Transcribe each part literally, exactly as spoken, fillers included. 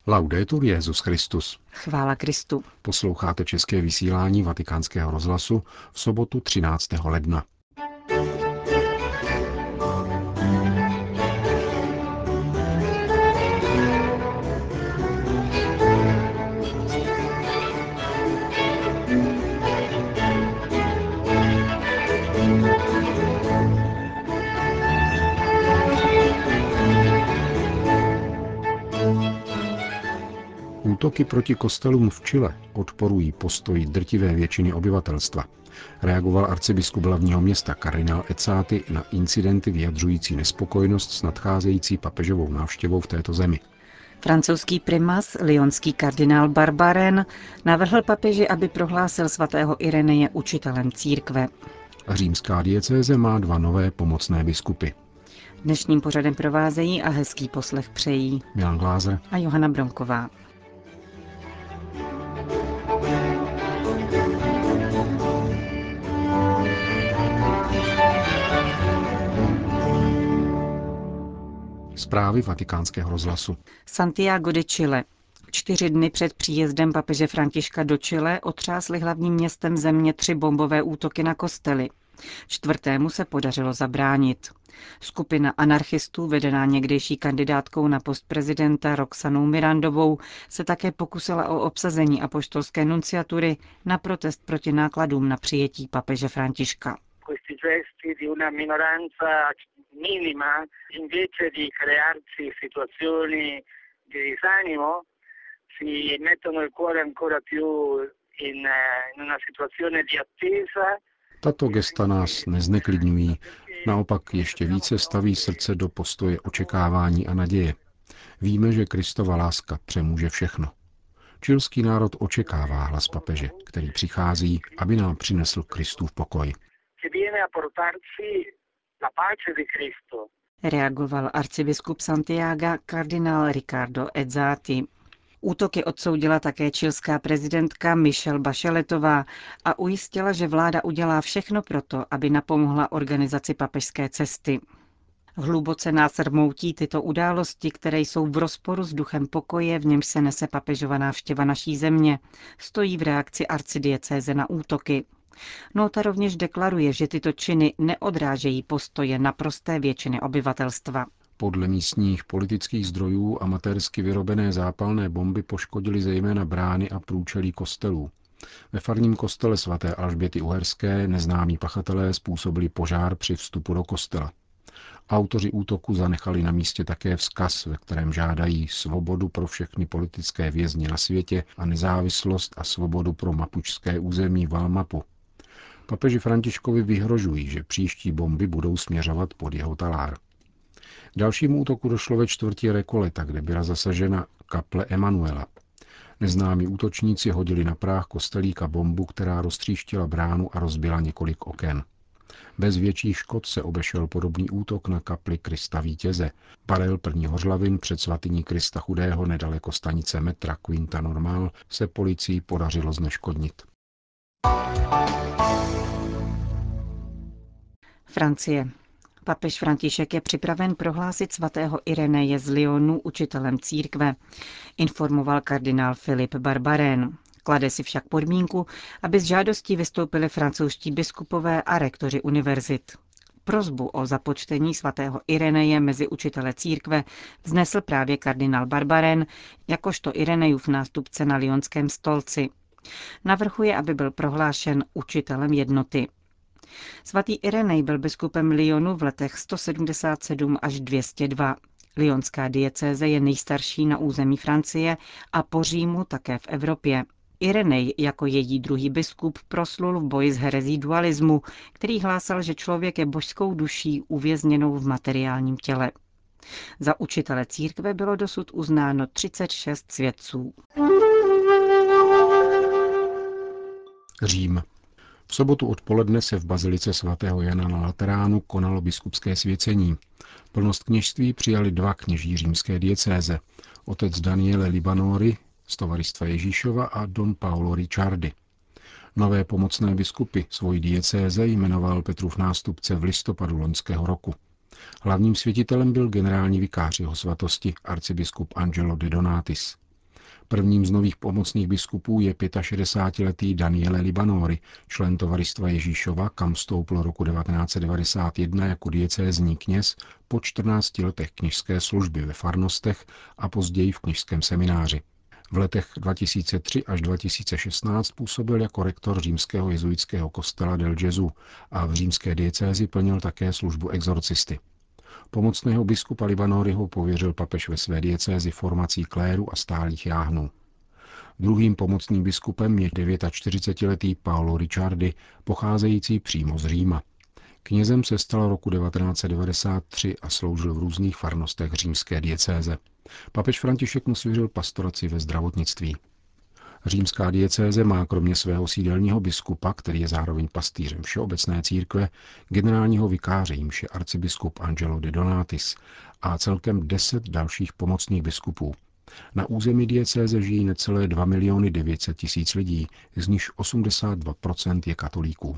Laudetur Jesus Christus. Chvála Kristu. Posloucháte české vysílání Vatikánského rozhlasu v sobotu třináctého ledna. Útoky proti kostelům v Chile odporují postoji drtivé většiny obyvatelstva. Reagoval arcibiskup hlavního města kardinál Ezzati na incidenty vyjadřující nespokojenost s nadcházející papežovou návštěvou v této zemi. Francouzský primas, lyonský kardinál Barbarin, navrhl papeži, aby prohlásil svatého Ireneje učitelem církve. Římská diecéze má dva nové pomocné biskupy. Dnešním pořadem provázejí a hezký poslech přejí Milan Glázer a Johana Bronková. Zprávy Vatikánského rozhlasu. Santiago de Chile. Čtyři dny před příjezdem papeže Františka do Chile otřásly hlavním městem země tři bombové útoky na kostely. Čtvrtému se podařilo zabránit. Skupina anarchistů, vedená někdejší kandidátkou na post prezidenta Roxanou Mirandovou, se také pokusila o obsazení apoštolské nunciatury na protest proti nákladům na přijetí papeže Františka. minima, invece di crearsi situazioni di disanimo, si mettono il cuore ancora più in, in una situazione di attesa. Tato gesta nás nezneklidňují, naopak ještě více staví srdce do postoje očekávání a naděje. Víme, že Kristova láska přemůže všechno. Chilský národ očekává hlas papeže, který přichází, aby nám přinesl Kristův pokoj. Reagoval arcibiskup Santiaga kardinál Ricardo Ezzati. Útoky odsoudila také chilská prezidentka Michelle Bacheletová a ujistila, že vláda udělá všechno proto, aby napomohla organizaci papežské cesty. Hluboce nás rmoutí tyto události, které jsou v rozporu s duchem pokoje, v němž se nese papežova návštěva naší země, stojí v reakci arcidiecéze na útoky. Nota rovněž deklaruje, že tyto činy neodrážejí postoje naprosté většiny obyvatelstva. Podle místních politických zdrojů amatérsky vyrobené zápalné bomby poškodily zejména brány a průčelí kostelů. Ve farním kostele svaté Alžběty Uherské neznámí pachatelé způsobili požár při vstupu do kostela. Autoři útoku zanechali na místě také vzkaz, ve kterém žádají svobodu pro všechny politické vězni na světě a nezávislost a svobodu pro mapučské území Valmapu. Papeži Františkovi vyhrožují, že příští bomby budou směřovat pod jeho talár. Dalšímu útoku došlo ve čtvrti Recoleta, kde byla zasažena kaple Emanuela. Neznámí útočníci hodili na práh kostelíka bombu, která roztříštila bránu a rozbila několik oken. Bez větších škod se obešel podobný útok na kapli Krista Vítěze. Barel první hořlavin před svatyní Krista Chudého nedaleko stanice metra Quinta Normal se policii podařilo zneškodnit. Francie. Papež František je připraven prohlásit svatého Ireneje z Lyonu učitelem církve, informoval kardinál Philippe Barbarin. Klade si však podmínku, aby s žádostí vystoupili francouzští biskupové a rektoři univerzit. Prosbu o započtení svatého Ireneje mezi učitele církve vznesl právě kardinál Barbarin, jakožto Irenejův nástupce na lyonském stolci. Navrhuje, aby byl prohlášen učitelem jednoty. Svatý Irenej byl biskupem Lyonu v letech sto sedmdesát sedm až dvě stě dva. Lyonská diecéze je nejstarší na území Francie a po Římu také v Evropě. Irenej jako její druhý biskup proslul v boji s herezí dualismu, který hlásal, že člověk je božskou duší uvězněnou v materiálním těle. Za učitele církve bylo dosud uznáno třicet šest svědců. Řím. V sobotu odpoledne se v bazilice svatého Jana na Lateránu konalo biskupské svěcení. Plnost kněžství přijali dva kněží římské diecéze, otec Daniele Libanori z Tovaristva Ježíšova a don Paolo Ricciardi. Nové pomocné biskupy svojí diecéze jmenoval Petrův nástupce v listopadu loňského roku. Hlavním světitelem byl generální vikář jeho svatosti arcibiskup Angelo de Donatis. Prvním z nových pomocných biskupů je šedesátiletý Daniele Libanori, člen Tovaristva Ježíšova, kam vstoupil roku devatenáct set devadesát jedna jako diecézní kněz po čtrnácti letech kněžské služby ve farnostech a později v kněžském semináři. V letech dva tisíce tři až dva tisíce šestnáct působil jako rektor římského jezuitského kostela del Gesù a v římské diecézi plnil také službu exorcisty. Pomocného biskupa Libanoriho pověřil papež ve své diecézi formací kléru a stálých jáhnů. Druhým pomocným biskupem je čtyřicetidevětiletý Paolo Ricciardi, pocházející přímo z Říma. Knězem se stal roku devatenáct set devadesát tři a sloužil v různých farnostech římské diecéze. Papež František mu svěřil pastoraci ve zdravotnictví. Římská diecéze má kromě svého sídelního biskupa, který je zároveň pastýřem všeobecné církve, generálního vikáře, jímž je arcibiskup Angelo de Donatis, a celkem deset dalších pomocných biskupů. Na území diecéze žijí necelé dva miliony devět set tisíc lidí, z nichž osmdesát dva procent je katolíků.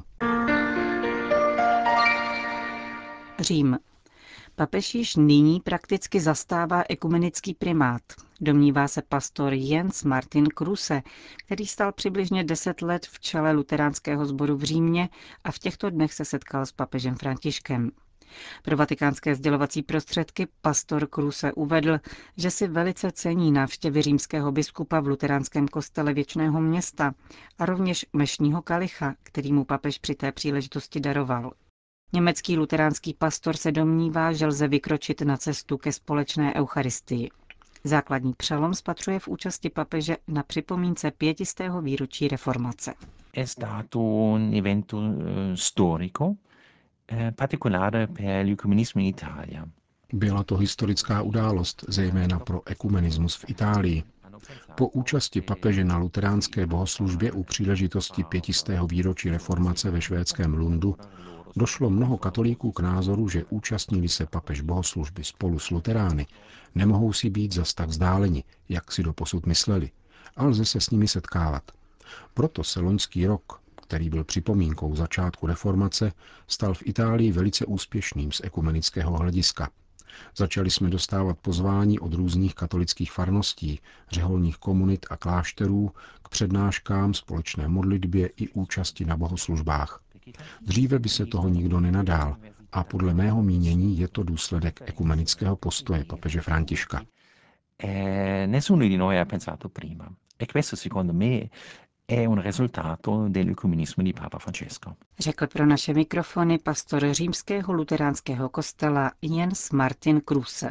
Řím. Papež již nyní prakticky zastává ekumenický primát, domnívá se pastor Jens Martin Kruse, který stal přibližně deset let v čele luteránského sboru v Římě a v těchto dnech se setkal s papežem Františkem. Pro vatikánské sdělovací prostředky pastor Kruse uvedl, že si velice cení návštěvy římského biskupa v luteránském kostele Věčného Města a rovněž mešního kalicha, který mu papež při té příležitosti daroval. Německý luteránský pastor se domnívá, že lze vykročit na cestu ke společné eucharistii. Základní přelom spatřuje v účasti papeže na připomínce pětistého výročí reformace. È stato un evento storico, particolare per l'ecumenismo in Italia. Byla to historická událost, zejména pro ekumenismus v Itálii. Po účasti papeže na luteránské bohoslužbě u příležitosti pětistého výročí reformace ve švédském Lundu došlo mnoho katolíků k názoru, že účastnili se papež bohoslužby spolu s luterány, nemohou si být zas tak vzdáleni, jak si doposud mysleli, a lze se s nimi setkávat. Proto se loňský rok, který byl připomínkou začátku reformace, stal v Itálii velice úspěšným z ekumenického hlediska. Začali jsme dostávat pozvání od různých katolických farností, řeholních komunit a klášterů k přednáškám, společné modlitbě i účasti na bohoslužbách. Dříve by se toho nikdo nenadál a podle mého mínění je to důsledek ekumenického postoje papeže Františka. Eh, nessuno di noi ha pensato prima. E questo secondo me è un risultato dell'ecumenismo di Papa Francesco. Řekl pro naše mikrofony pastor římského luteránského kostela Jens Martin Kruse.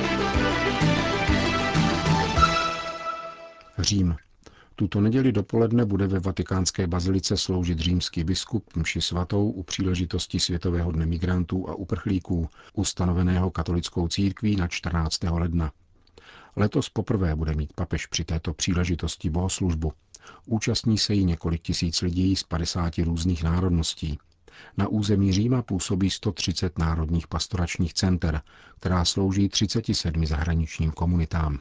Řím. Tuto neděli dopoledne bude ve vatikánské bazilice sloužit římský biskup mši svatou u příležitosti Světového dne migrantů a uprchlíků, ustanoveného katolickou církví na čtrnáctého ledna. Letos poprvé bude mít papež při této příležitosti bohoslužbu. Účastní se jí několik tisíc lidí z padesáti různých národností. Na území Říma působí sto třicet národních pastoračních center, která slouží třiceti sedmi zahraničním komunitám.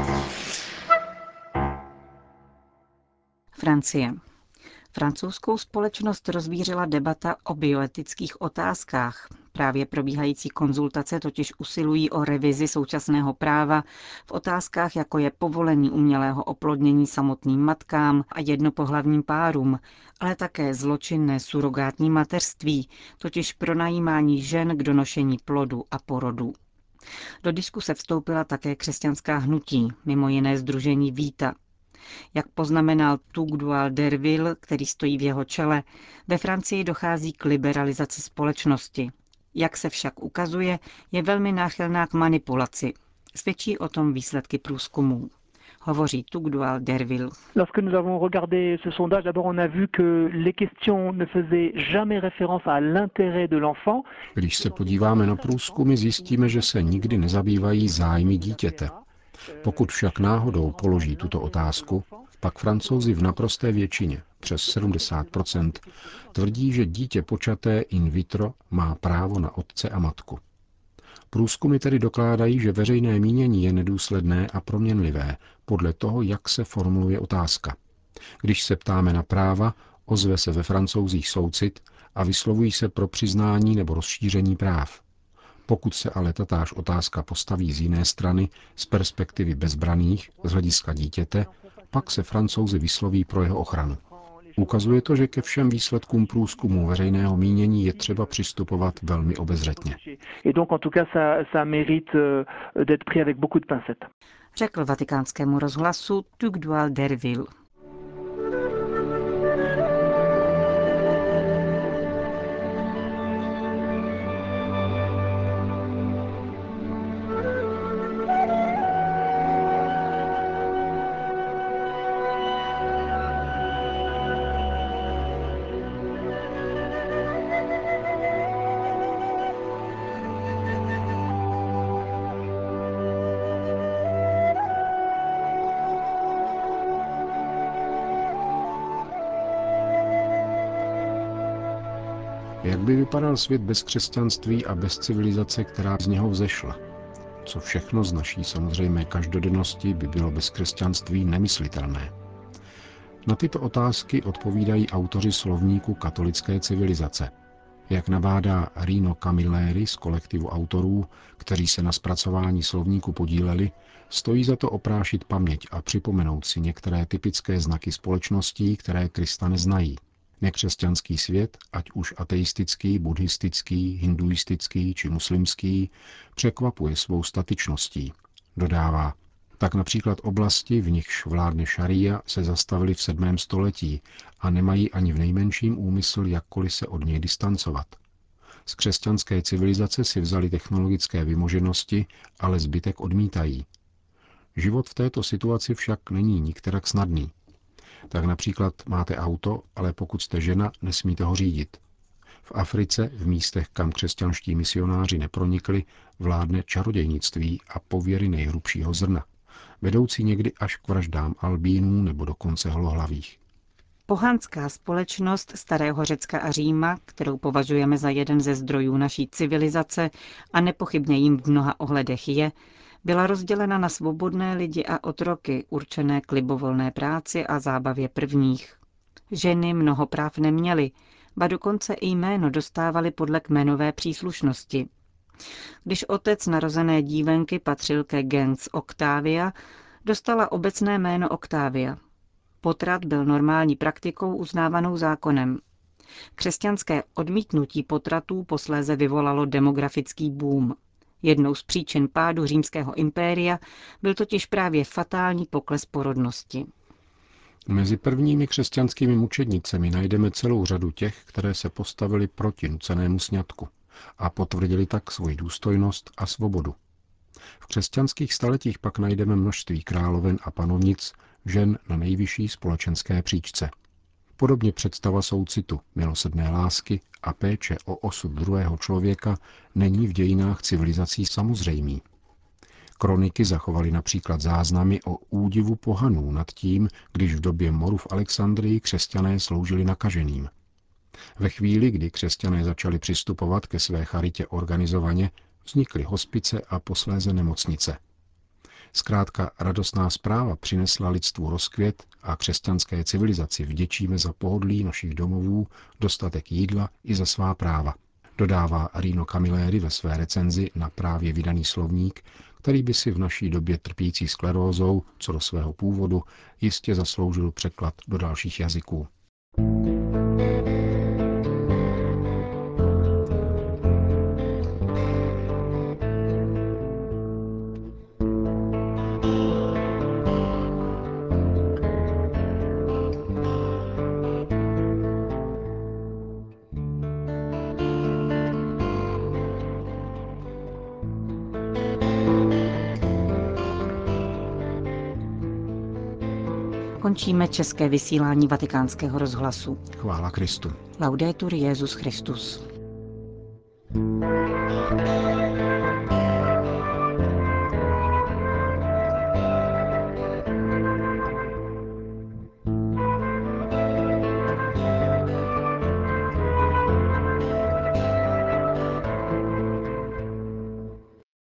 Francie. Francouzskou společnost rozvířila debata o bioetických otázkách. Právě probíhající konzultace totiž usilují o revizi současného práva v otázkách, jako je povolení umělého oplodnění samotným matkám a jednopohlavním párům, ale také zločinné surogátní mateřství, totiž pronajímání žen k donošení plodu a porodu. Do diskuse vstoupila také křesťanská hnutí, mimo jiné sdružení Víta. Jak poznamenal Tugdual Derville, který stojí v jeho čele, ve Francii dochází k liberalizaci společnosti. Jak se však ukazuje, je velmi náchylná k manipulaci. Svědčí o tom výsledky průzkumů. Hovoří Tugdual Derville. Lorsque nous avons regardé ce sondage, d'abord on a vu que les questions ne faisaient jamais référence à l'intérêt de l'enfant. Když se podíváme na průzkumy, zjistíme, že se nikdy nezabývají zájmy dítěte. Pokud však náhodou položí tuto otázku, pak Francouzi v naprosté většině, přes sedmdesát procent, tvrdí, že dítě počaté in vitro má právo na otce a matku. Průzkumy tedy dokládají, že veřejné mínění je nedůsledné a proměnlivé podle toho, jak se formuluje otázka. Když se ptáme na práva, ozve se ve Francouzích soucit a vyslovují se pro přiznání nebo rozšíření práv. Pokud se ale tatáž otázka postaví z jiné strany, z perspektivy bezbraných, z hlediska dítěte, pak se Francouzi vysloví pro jeho ochranu. Ukazuje to, že ke všem výsledkům průzkumu veřejného mínění je třeba přistupovat velmi obezřetně. Řekl Vatikánskému rozhlasu Tugdual Derville. Jak by vypadal svět bez křesťanství a bez civilizace, která z něho vzešla? Co všechno z naší samozřejmé každodennosti by bylo bez křesťanství nemyslitelné? Na tyto otázky odpovídají autoři slovníku katolické civilizace. Jak nabádá Rino Camilleri z kolektivu autorů, kteří se na zpracování slovníku podíleli, stojí za to oprášit paměť a připomenout si některé typické znaky společností, které Krista neznají. Nekřesťanský svět, ať už ateistický, buddhistický, hinduistický či muslimský, překvapuje svou statičností. Dodává, tak například oblasti, v nichž vládne šaría, se zastavily v sedmém století a nemají ani v nejmenším úmysl jakkoliv se od něj distancovat. Z křesťanské civilizace si vzali technologické vymoženosti, ale zbytek odmítají. Život v této situaci však není nikterak snadný. Tak například máte auto, ale pokud jste žena, nesmíte ho řídit. V Africe, v místech, kam křesťanští misionáři nepronikli, vládne čarodějnictví a pověry nejhrubšího zrna, vedoucí někdy až k vraždám albínů nebo dokonce holohlavých. Pohanská společnost starého Řecka a Říma, kterou považujeme za jeden ze zdrojů naší civilizace a nepochybně jim v mnoha ohledech je, byla rozdělena na svobodné lidi a otroky, určené k libovolné práci a zábavě prvních. Ženy mnoho práv neměly, ba dokonce i jméno dostávaly podle kmenové příslušnosti. Když otec narozené dívenky patřil ke gens Octavia, dostala obecné jméno Octavia. Potrat byl normální praktikou uznávanou zákonem. Křesťanské odmítnutí potratů posléze vyvolalo demografický boom. Jednou z příčin pádu římského impéria byl totiž právě fatální pokles porodnosti. Mezi prvními křesťanskými mučednicemi najdeme celou řadu těch, které se postavili proti nucenému sňatku a potvrdili tak svoji důstojnost a svobodu. V křesťanských staletích pak najdeme množství královen a panovnic, žen na nejvyšší společenské příčce. Podobně představa soucitu, milosrdné lásky a péče o osud druhého člověka není v dějinách civilizací samozřejmý. Kroniky zachovaly například záznamy o údivu pohanů nad tím, když v době moru v Alexandrii křesťané sloužili nakaženým. Ve chvíli, kdy křesťané začali přistupovat ke své charitě organizovaně, vznikly hospice a posléze nemocnice. Zkrátka radostná zpráva přinesla lidstvu rozkvět a křesťanské civilizaci vděčíme za pohodlí našich domovů, dostatek jídla i za svá práva. Dodává Rino Camilleri ve své recenzi na právě vydaný slovník, který by si v naší době trpící sklerózou, co do svého původu, jistě zasloužil překlad do dalších jazyků. Končíme české vysílání Vatikánského rozhlasu. Chvála Kristu. Laudetur Jesus Christus.